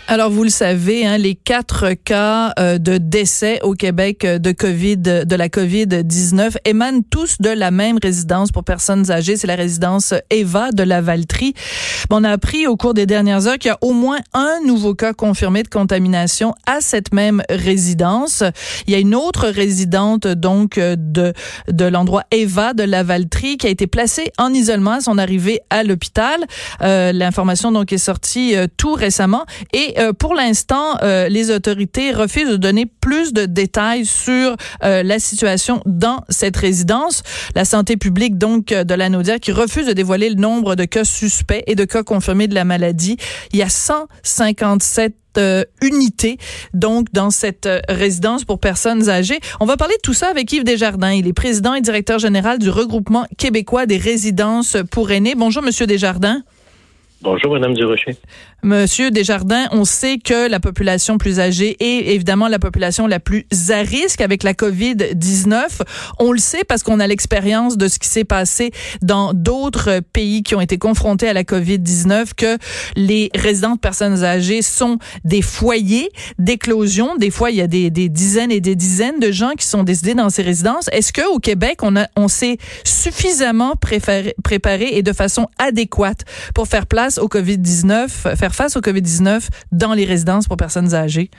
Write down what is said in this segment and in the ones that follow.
Alors, vous le savez, les 4 cas de décès au Québec de la COVID-19 émanent tous de la même résidence pour personnes âgées. C'est la résidence Eva de Lavaltrie. On a appris au cours des dernières heures qu'il y a au moins un nouveau cas confirmé de contamination à cette même résidence. Il y a une autre résidente donc de l'endroit Eva de Lavaltrie qui a été placée en isolement à son arrivée à l'hôpital. L'information donc est sortie tout récemment et pour l'instant, les autorités refusent de donner plus de détails sur la situation dans cette résidence. La santé publique donc de la Naudière qui refuse de dévoiler le nombre de cas suspects et de cas confirmés de la maladie. Il y a 157 unités donc dans cette résidence pour personnes âgées. On va parler de tout ça avec Yves Desjardins. Il est président et directeur général du Regroupement québécois des résidences pour aînés. Bonjour, Monsieur Desjardins. Bonjour, Madame Durocher. Monsieur Desjardins, on sait que la population plus âgée est évidemment la population la plus à risque avec la COVID-19. On le sait parce qu'on a l'expérience de ce qui s'est passé dans d'autres pays qui ont été confrontés à la COVID-19, que les résidents de personnes âgées sont des foyers d'éclosion. Des fois, il y a des dizaines et des dizaines de gens qui sont décédés dans ces résidences. Est-ce qu'au Québec, on s'est suffisamment préparé et de façon adéquate pour faire face au COVID-19 dans les résidences pour personnes âgées?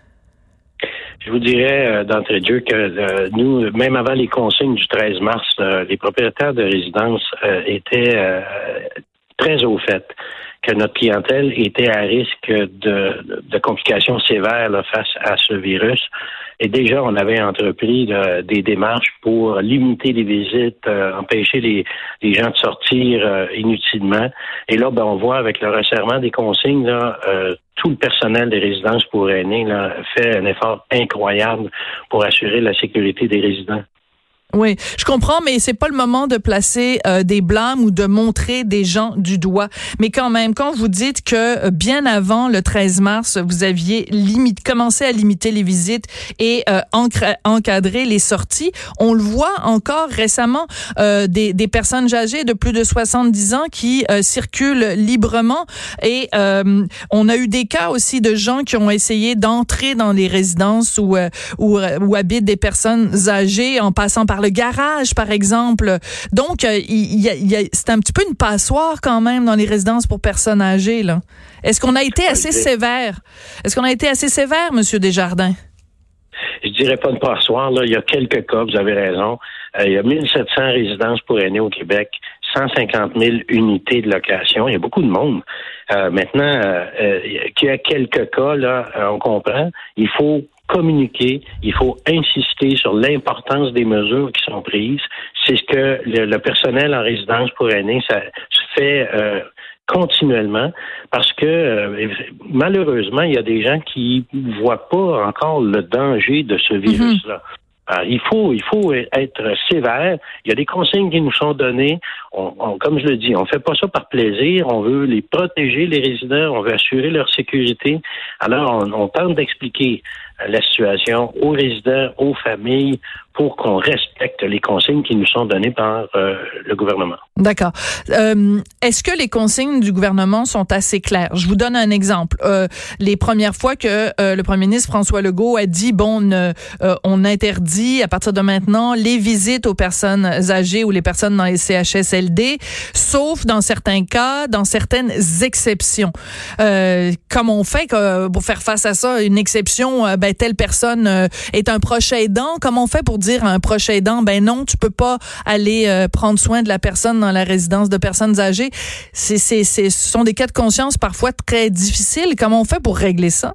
Je vous dirais d'entrée de jeu que nous, même avant les consignes du 13 mars, les propriétaires de résidences étaient très au fait que notre clientèle était à risque de complications sévères là, face à ce virus. Et déjà, on avait entrepris des démarches pour limiter les visites, empêcher les gens de sortir inutilement. Et là, on voit avec le resserrement des consignes, là, tout le personnel des résidences pour aînés là, fait un effort incroyable pour assurer la sécurité des résidents. Oui, je comprends, mais c'est pas le moment de placer des blâmes ou de montrer des gens du doigt. Mais quand même, quand vous dites que bien avant le 13 mars, vous aviez commencé à limiter les visites et encadrer les sorties, on le voit encore récemment, des personnes âgées de plus de 70 ans qui circulent librement. Et on a eu des cas aussi de gens qui ont essayé d'entrer dans les résidences où habitent des personnes âgées en passant par le garage, par exemple. Donc, c'est un petit peu une passoire quand même dans les résidences pour personnes âgées, là. Est-ce qu'on a été assez sévère? Est-ce qu'on a été assez sévère, Monsieur Desjardins? Je dirais pas une passoire, là. Il y a quelques cas, vous avez raison. Il y a 1700 résidences pour aînés au Québec, 150 000 unités de location. Il y a beaucoup de monde. Maintenant, qu'il y a quelques cas, là, on comprend. Il faut communiquer, il faut insister sur l'importance des mesures qui sont prises. C'est ce que le personnel en résidence pour aînés, ça se fait continuellement parce que malheureusement, il y a des gens qui ne voient pas encore le danger de ce virus-là. Alors, il faut être sévère. Il y a des consignes qui nous sont données. Comme je le dis, on fait pas ça par plaisir. On veut les protéger, les résidents. On veut assurer leur sécurité. Alors, on tente d'expliquer la situation aux résidents, aux familles, pour qu'on respecte les consignes qui nous sont données par le gouvernement. D'accord. Est-ce que les consignes du gouvernement sont assez claires? Je vous donne un exemple. Les premières fois que le premier ministre François Legault a dit, on interdit à partir de maintenant les visites aux personnes âgées ou les personnes dans les CHSLD, sauf dans certains cas, dans certaines exceptions. Comment on fait pour faire face à ça? Une exception, telle personne est un proche aidant. Comment on fait pour dire à un proche aidant, non, tu peux pas aller prendre soin de la personne dans la résidence de personnes âgées? Ce sont des cas de conscience parfois très difficiles. Comment on fait pour régler ça?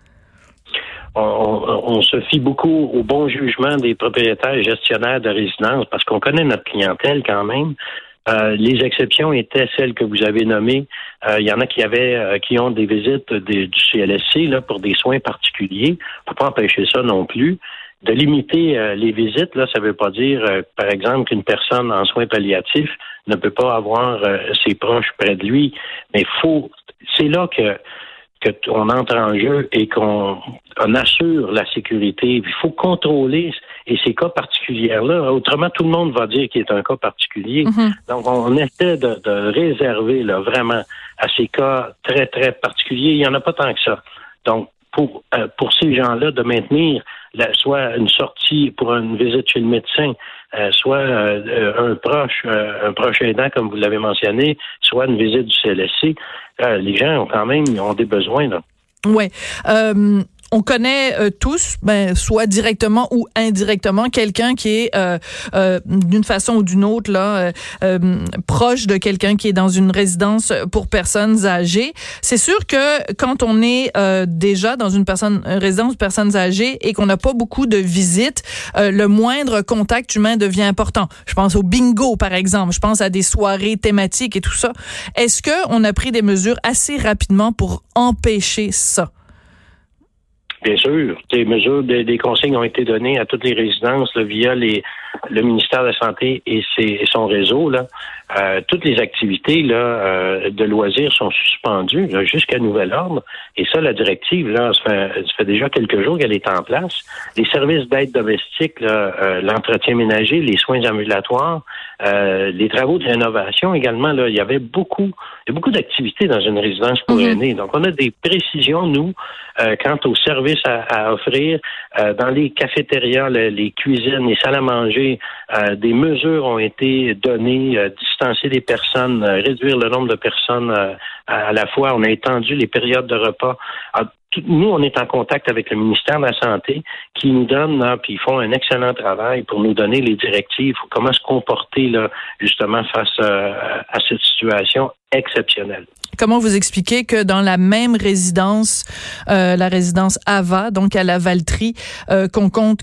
On se fie beaucoup au bon jugement des propriétaires et gestionnaires de résidences parce qu'on connaît notre clientèle quand même. Les exceptions étaient celles que vous avez nommées. Il y en a qui ont des visites du CLSC là, pour des soins particuliers. On ne peut pas empêcher ça non plus. De limiter les visites, là, ça ne veut pas dire, par exemple, qu'une personne en soins palliatifs ne peut pas avoir ses proches près de lui. Mais c'est là que qu'on entre en jeu et qu'on assure la sécurité. Il faut contrôler ces cas particuliers-là. Autrement, tout le monde va dire qu'il est un cas particulier. Donc, on essaie de réserver là, vraiment à ces cas très, très particuliers. Il n'y en a pas tant que ça. Donc, pour ces gens-là, de maintenir soit une sortie pour une visite chez le médecin, soit un proche aidant, comme vous l'avez mentionné, soit une visite du CLSC, les gens ont des besoins, là. Ouais. On connaît tous, soit directement ou indirectement, quelqu'un qui est d'une façon ou d'une autre là proche de quelqu'un qui est dans une résidence pour personnes âgées. C'est sûr que quand on est déjà dans une résidence de personnes âgées et qu'on n'a pas beaucoup de visites, le moindre contact humain devient important. Je pense au bingo par exemple, je pense à des soirées thématiques et tout ça. Est-ce que on a pris des mesures assez rapidement pour empêcher ça? Bien sûr. Des consignes ont été données à toutes les résidences là, via le ministère de la Santé et son réseau. Là. Toutes les activités là, de loisirs sont suspendues là, jusqu'à nouvel ordre. Et ça, la directive, là, ça fait déjà quelques jours qu'elle est en place. Les services d'aide domestique, là, l'entretien ménager, les soins ambulatoires, les travaux de rénovation également, là, il y a beaucoup d'activités dans une résidence pour aînés. Donc, on a des précisions, nous, quant aux services à offrir. Dans les cafétérias, les cuisines, les salles à manger, des mesures ont été données, distancer les personnes, réduire le nombre de personnes à la fois. On a étendu les périodes de repas. Nous, on est en contact avec le ministère de la Santé qui nous donne, puis ils font un excellent travail pour nous donner les directives, comment se comporter là, justement face à cette situation exceptionnelle. Comment vous expliquez que dans la même résidence, la résidence Ava, donc à la Valtrie, qu'on compte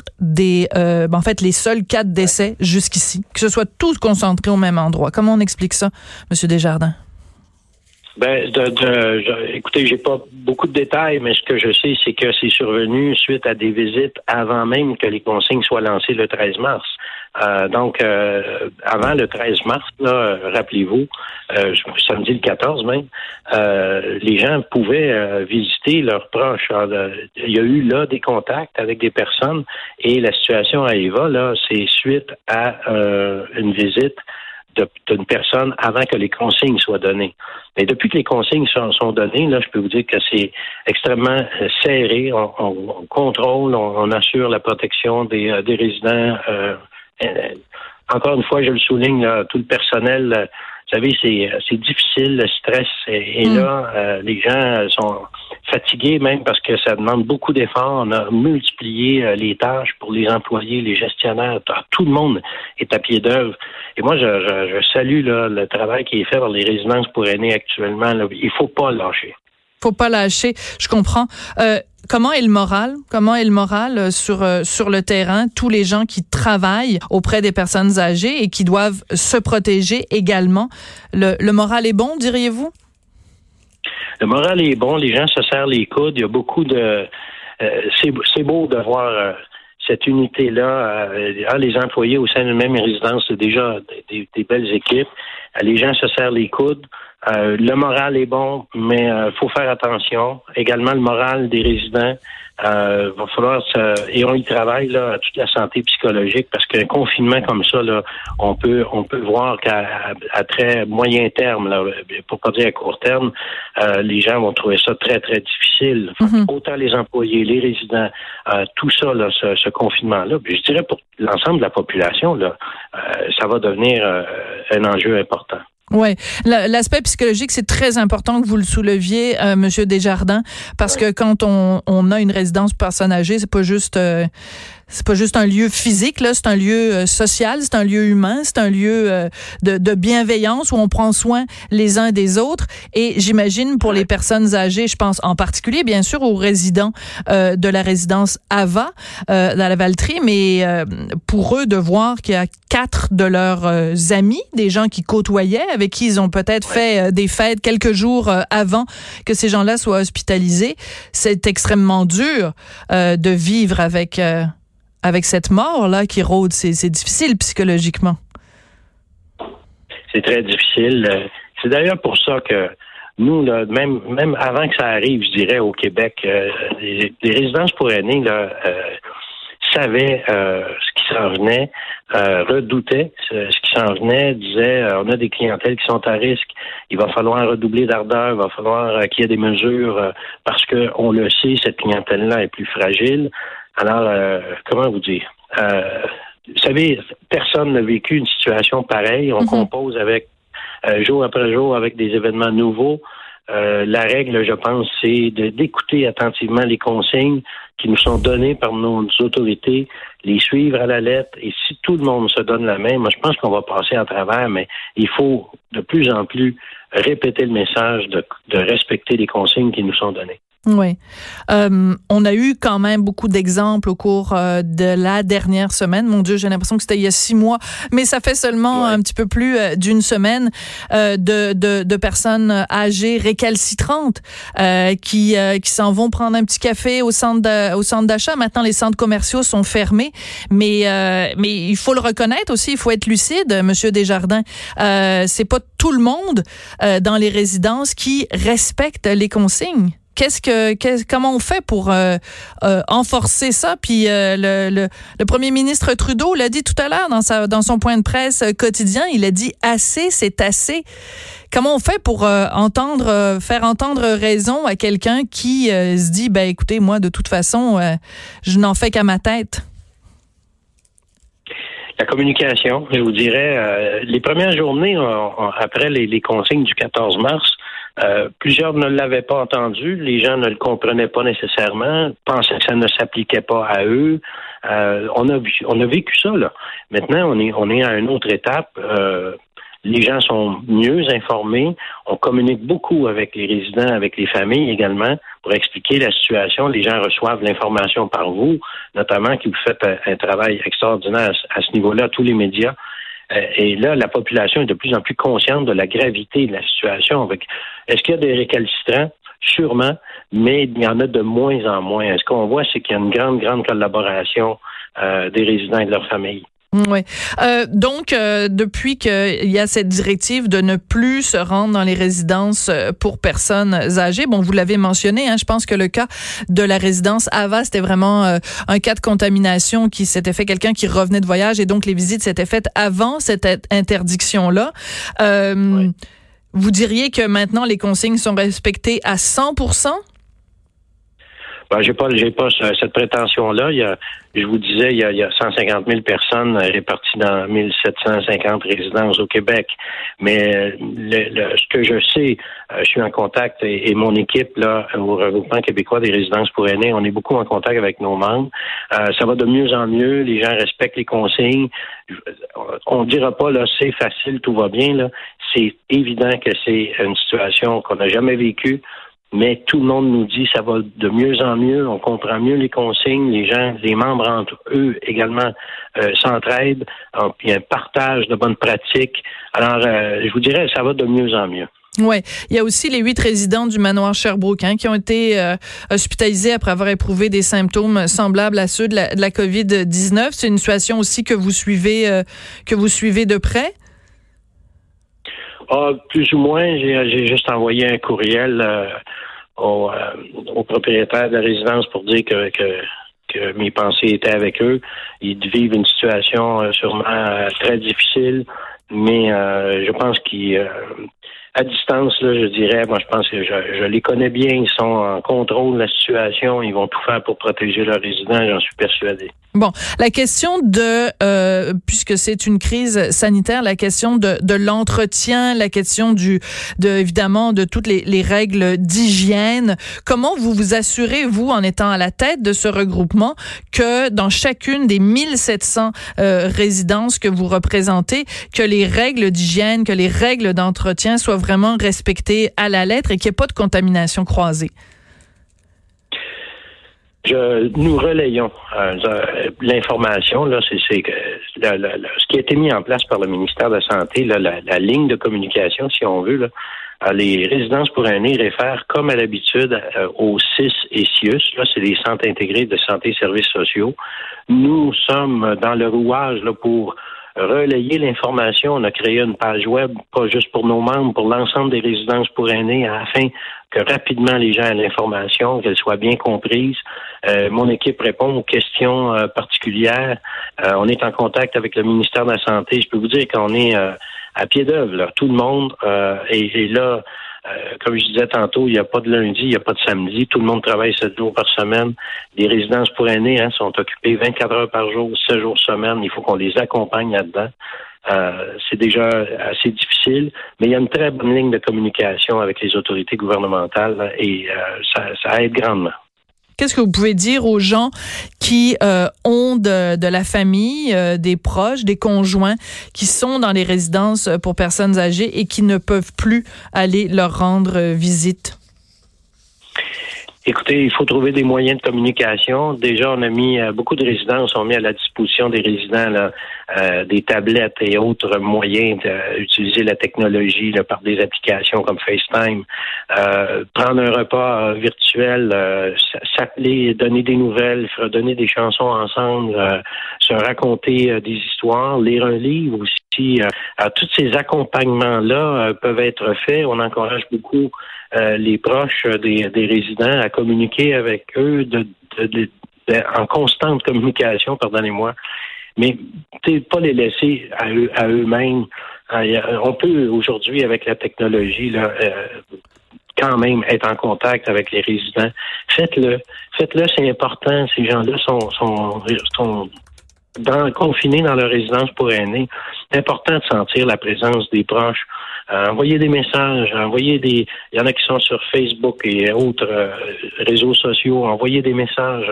les seuls 4 décès jusqu'ici, que ce soit tous concentrés au même endroit. Comment on explique ça, M. Desjardins? Écoutez, j'ai pas beaucoup de détails, mais ce que je sais, c'est que c'est survenu suite à des visites avant même que les consignes soient lancées le 13 mars. Donc, avant le 13 mars, là, rappelez-vous, samedi le 14 même, les gens pouvaient visiter leurs proches. Il y a eu là des contacts avec des personnes et la situation à Eva, là, c'est suite à une visite d'une personne avant que les consignes soient données. Mais depuis que les consignes sont données, là, je peux vous dire que c'est extrêmement serré. On contrôle, on assure la protection des résidents. Encore une fois, je le souligne, là, tout le personnel, vous savez, c'est difficile, le stress est là. Les gens sont fatigués même parce que ça demande beaucoup d'efforts. On a multiplié les tâches pour les employés, les gestionnaires. Tout le monde est à pied d'œuvre. Et moi, je salue là, le travail qui est fait par les résidences pour aînés actuellement. Là. Il faut pas lâcher. Faut pas lâcher. Je comprends. Comment est le moral? Comment est le moral sur le terrain? Tous les gens qui travaillent auprès des personnes âgées et qui doivent se protéger également. Le moral est bon, diriez-vous? Le moral est bon. Les gens se serrent les coudes. Il y a beaucoup de... c'est beau de voir cette unité-là. Les employés au sein d'une même résidence, c'est déjà des belles équipes. Les gens se serrent les coudes. Le moral est bon, mais faut faire attention. Également, le moral des résidents. Va falloir et on y travaille là, toute la santé psychologique, parce qu'un confinement comme ça, là, on peut voir qu'à très moyen terme, là, pour pas dire à court terme, les gens vont trouver ça très, très difficile. Autant les employés, les résidents, tout ça, là, ce confinement-là, puis je dirais pour l'ensemble de la population, là, ça va devenir un enjeu important. Ouais, l'aspect psychologique, c'est très important que vous le souleviez, Monsieur Desjardins, parce que quand on a une résidence pour personnes âgées, c'est pas juste un lieu physique, là, c'est un lieu social, c'est un lieu humain, c'est un lieu de bienveillance où on prend soin les uns des autres. Et j'imagine pour les personnes âgées, je pense en particulier, bien sûr, aux résidents de la résidence Ava dans la Valtrie, mais pour eux de voir qu'il y a 4 de leurs amis, des gens qui côtoyaient, avec qui ils ont peut-être fait des fêtes quelques jours avant que ces gens-là soient hospitalisés, c'est extrêmement dur de vivre avec cette mort-là qui rôde. C'est difficile psychologiquement. C'est très difficile. C'est d'ailleurs pour ça que nous, là, même avant que ça arrive, je dirais, au Québec, les résidences pour aînés là, savaient ce qui s'en venait, redoutaient ce qui s'en venait, disaient on a des clientèles qui sont à risque, il va falloir redoubler d'ardeur, il va falloir qu'il y ait des mesures parce que on le sait, cette clientèle-là est plus fragile. Alors, comment vous dire? Vous savez, personne n'a vécu une situation pareille. On compose avec jour après jour avec des événements nouveaux. La règle, je pense, c'est d'écouter attentivement les consignes qui nous sont données par nos autorités, les suivre à la lettre. Et si tout le monde se donne la main, moi, je pense qu'on va passer à travers, mais il faut de plus en plus répéter le message de respecter les consignes qui nous sont données. Oui. On a eu quand même beaucoup d'exemples au cours de la dernière semaine. Mon Dieu, j'ai l'impression que c'était il y a 6 mois, mais ça fait seulement un petit peu plus d'une semaine de personnes âgées récalcitrantes qui s'en vont prendre un petit café au centre d'achat. Maintenant, les centres commerciaux sont fermés, mais il faut le reconnaître aussi, il faut être lucide, Monsieur Desjardins. C'est pas tout le monde dans les résidences qui respecte les consignes. Comment on fait pour enforcer ça? Puis le premier ministre Trudeau l'a dit tout à l'heure dans son point de presse quotidien, il a dit assez, c'est assez. Comment on fait pour faire entendre raison à quelqu'un qui se dit ben écoutez, moi de toute façon, je n'en fais qu'à ma tête? La communication, je vous dirais, les premières journées après les consignes du 14 mars, plusieurs ne l'avaient pas entendu, les gens ne le comprenaient pas nécessairement, pensaient que ça ne s'appliquait pas à eux. On a vécu ça, là. Maintenant, on est à une autre étape. Les gens sont mieux informés. On communique beaucoup avec les résidents, avec les familles également, pour expliquer la situation. Les gens reçoivent l'information par vous, notamment que vous faites un travail extraordinaire à ce niveau-là, tous les médias. Et là, la population est de plus en plus consciente de la gravité de la situation. Est-ce qu'il y a des récalcitrants? Sûrement, mais il y en a de moins en moins. Ce qu'on voit, c'est qu'il y a une grande, grande collaboration des résidents et de leurs familles. Oui. Donc, depuis qu'il y a cette directive de ne plus se rendre dans les résidences pour personnes âgées, bon, vous l'avez mentionné, hein, je pense que le cas de la résidence Ava, c'était vraiment un cas de contamination qui s'était fait, quelqu'un qui revenait de voyage, et donc les visites s'étaient faites avant cette interdiction-là. Oui. Vous diriez que maintenant les consignes sont respectées à 100%? Ben, j'ai pas cette prétention-là. Je vous disais, il y a 150 000 personnes réparties dans 1750 résidences au Québec. Mais ce que je sais, je suis en contact et mon équipe là au Regroupement québécois des résidences pour aînés, on est beaucoup en contact avec nos membres. Ça va de mieux en mieux. Les gens respectent les consignes. On dira pas là, c'est facile, tout va bien là. C'est évident que c'est une situation qu'on n'a jamais vécue. Mais tout le monde nous dit ça va de mieux en mieux, on comprend mieux les consignes, les membres entre eux également s'entraident, il y a un partage de bonnes pratiques. Alors, je vous dirais, ça va de mieux en mieux. Ouais, il y a aussi les 8 résidents du manoir Sherbrooke qui ont été hospitalisés après avoir éprouvé des symptômes semblables à ceux de la COVID-19. C'est une situation aussi que vous suivez de près? Plus ou moins. J'ai juste envoyé un courriel au propriétaire de la résidence pour dire que mes pensées étaient avec eux. Ils vivent une situation sûrement très difficile, mais je pense qu'à distance, là, je dirais, moi je pense que je les connais bien, ils sont en contrôle de la situation, ils vont tout faire pour protéger leurs résidents, j'en suis persuadé. Bon, la question puisque c'est une crise sanitaire, la question de l'entretien, la question évidemment de toutes les règles d'hygiène. Comment vous vous assurez, vous, en étant à la tête de ce regroupement, que dans chacune des 1700 résidences que vous représentez, que les règles d'hygiène, que les règles d'entretien soient vraiment respectées à la lettre et qu'il n'y ait pas de contamination croisée? Nous relayons l'information. Là, c'est que ce qui a été mis en place par le ministère de la Santé, là, la ligne de communication, si on veut, là, les résidences pour aînés réfèrent comme à l'habitude aux CIS et CIUS. Là, c'est les centres intégrés de santé et services sociaux. Nous sommes dans le rouage là pour relayer l'information. On a créé une page web, pas juste pour nos membres, pour l'ensemble des résidences pour aînés, afin que rapidement les gens aient l'information, qu'elle soit bien comprise. Mon équipe répond aux questions particulières. On est en contact avec le ministère de la Santé. Je peux vous dire qu'on est à pied d'œuvre, là. Tout le monde est là. Comme je disais tantôt, il n'y a pas de lundi, il n'y a pas de samedi. Tout le monde travaille 7 jours par semaine. Les résidences pour aînés sont occupées 24 heures par jour, 7 jours semaine. Il faut qu'on les accompagne là-dedans. C'est déjà assez difficile, mais il y a une très bonne ligne de communication avec les autorités gouvernementales là, et ça aide grandement. Qu'est-ce que vous pouvez dire aux gens qui ont de la famille, des proches, des conjoints qui sont dans les résidences pour personnes âgées et qui ne peuvent plus aller leur rendre visite? Écoutez, il faut trouver des moyens de communication. Déjà, on a mis beaucoup de résidences ont mis à la disposition des résidents là, des tablettes et autres moyens d'utiliser la technologie là, par des applications comme FaceTime, prendre un repas virtuel, s'appeler, donner des nouvelles, donner des chansons ensemble, se raconter des histoires, lire un livre aussi. Tous ces accompagnements-là peuvent être faits. On encourage beaucoup les proches des résidents à communiquer avec eux en constante communication, pardonnez-moi, mais pas les laisser à eux-mêmes. On peut aujourd'hui, avec la technologie, là, quand même être en contact avec les résidents. Faites-le, c'est important. Ces gens-là sont confinés dans leur résidence pour aînés. C'est important de sentir la présence des proches. Envoyez des messages, il y en a qui sont sur Facebook et autres réseaux sociaux, envoyez des messages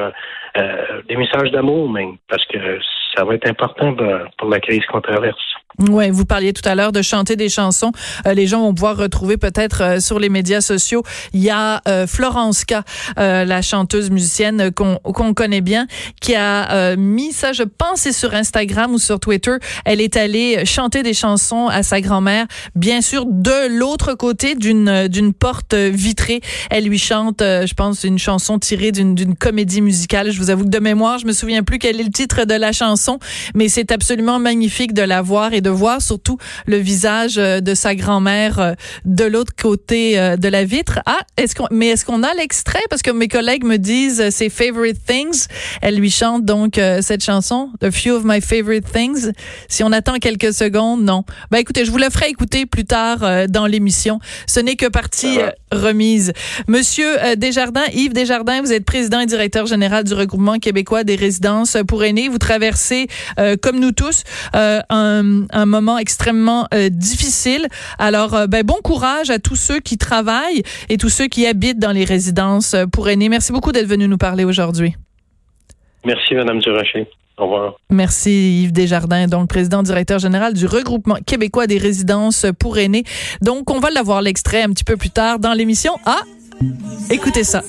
d'amour même, parce que ça va être important pour la crise qu'on traverse. Ouais, vous parliez tout à l'heure de chanter des chansons. Les gens vont pouvoir retrouver peut-être sur les médias sociaux. Il y a Florence K, la chanteuse musicienne qu'on connaît bien, qui a mis ça, je pense, c'est sur Instagram ou sur Twitter. Elle est allée chanter des chansons à sa grand-mère, bien sûr, de l'autre côté d'une porte vitrée. Elle lui chante, je pense, une chanson tirée d'une comédie musicale. Je vous avoue que de mémoire, je me souviens plus quel est le titre de la chanson, mais c'est absolument magnifique de la voir et de voir surtout le visage de sa grand-mère de l'autre côté de la vitre. Est-ce qu'on a l'extrait? Parce que mes collègues me disent ses favorite things. Elle lui chante donc cette chanson, A Few of My Favorite Things. Si on attend quelques secondes, non. Ben écoutez, je vous le ferai écouter plus tard dans l'émission. Ce n'est que partie remise. Monsieur Desjardins, Yves Desjardins, vous êtes président et directeur général du regroupement québécois des résidences pour aînés. Vous traversez, comme nous tous, un moment extrêmement difficile. Alors, bon courage à tous ceux qui travaillent et tous ceux qui habitent dans les résidences pour aînés. Merci beaucoup d'être venu nous parler aujourd'hui. Merci, Mme Durocher. Au revoir. Merci Yves Desjardins, donc président directeur général du regroupement québécois des résidences pour aînés. Donc, on va l'avoir l'extrait un petit peu plus tard dans l'émission. Écoutez ça.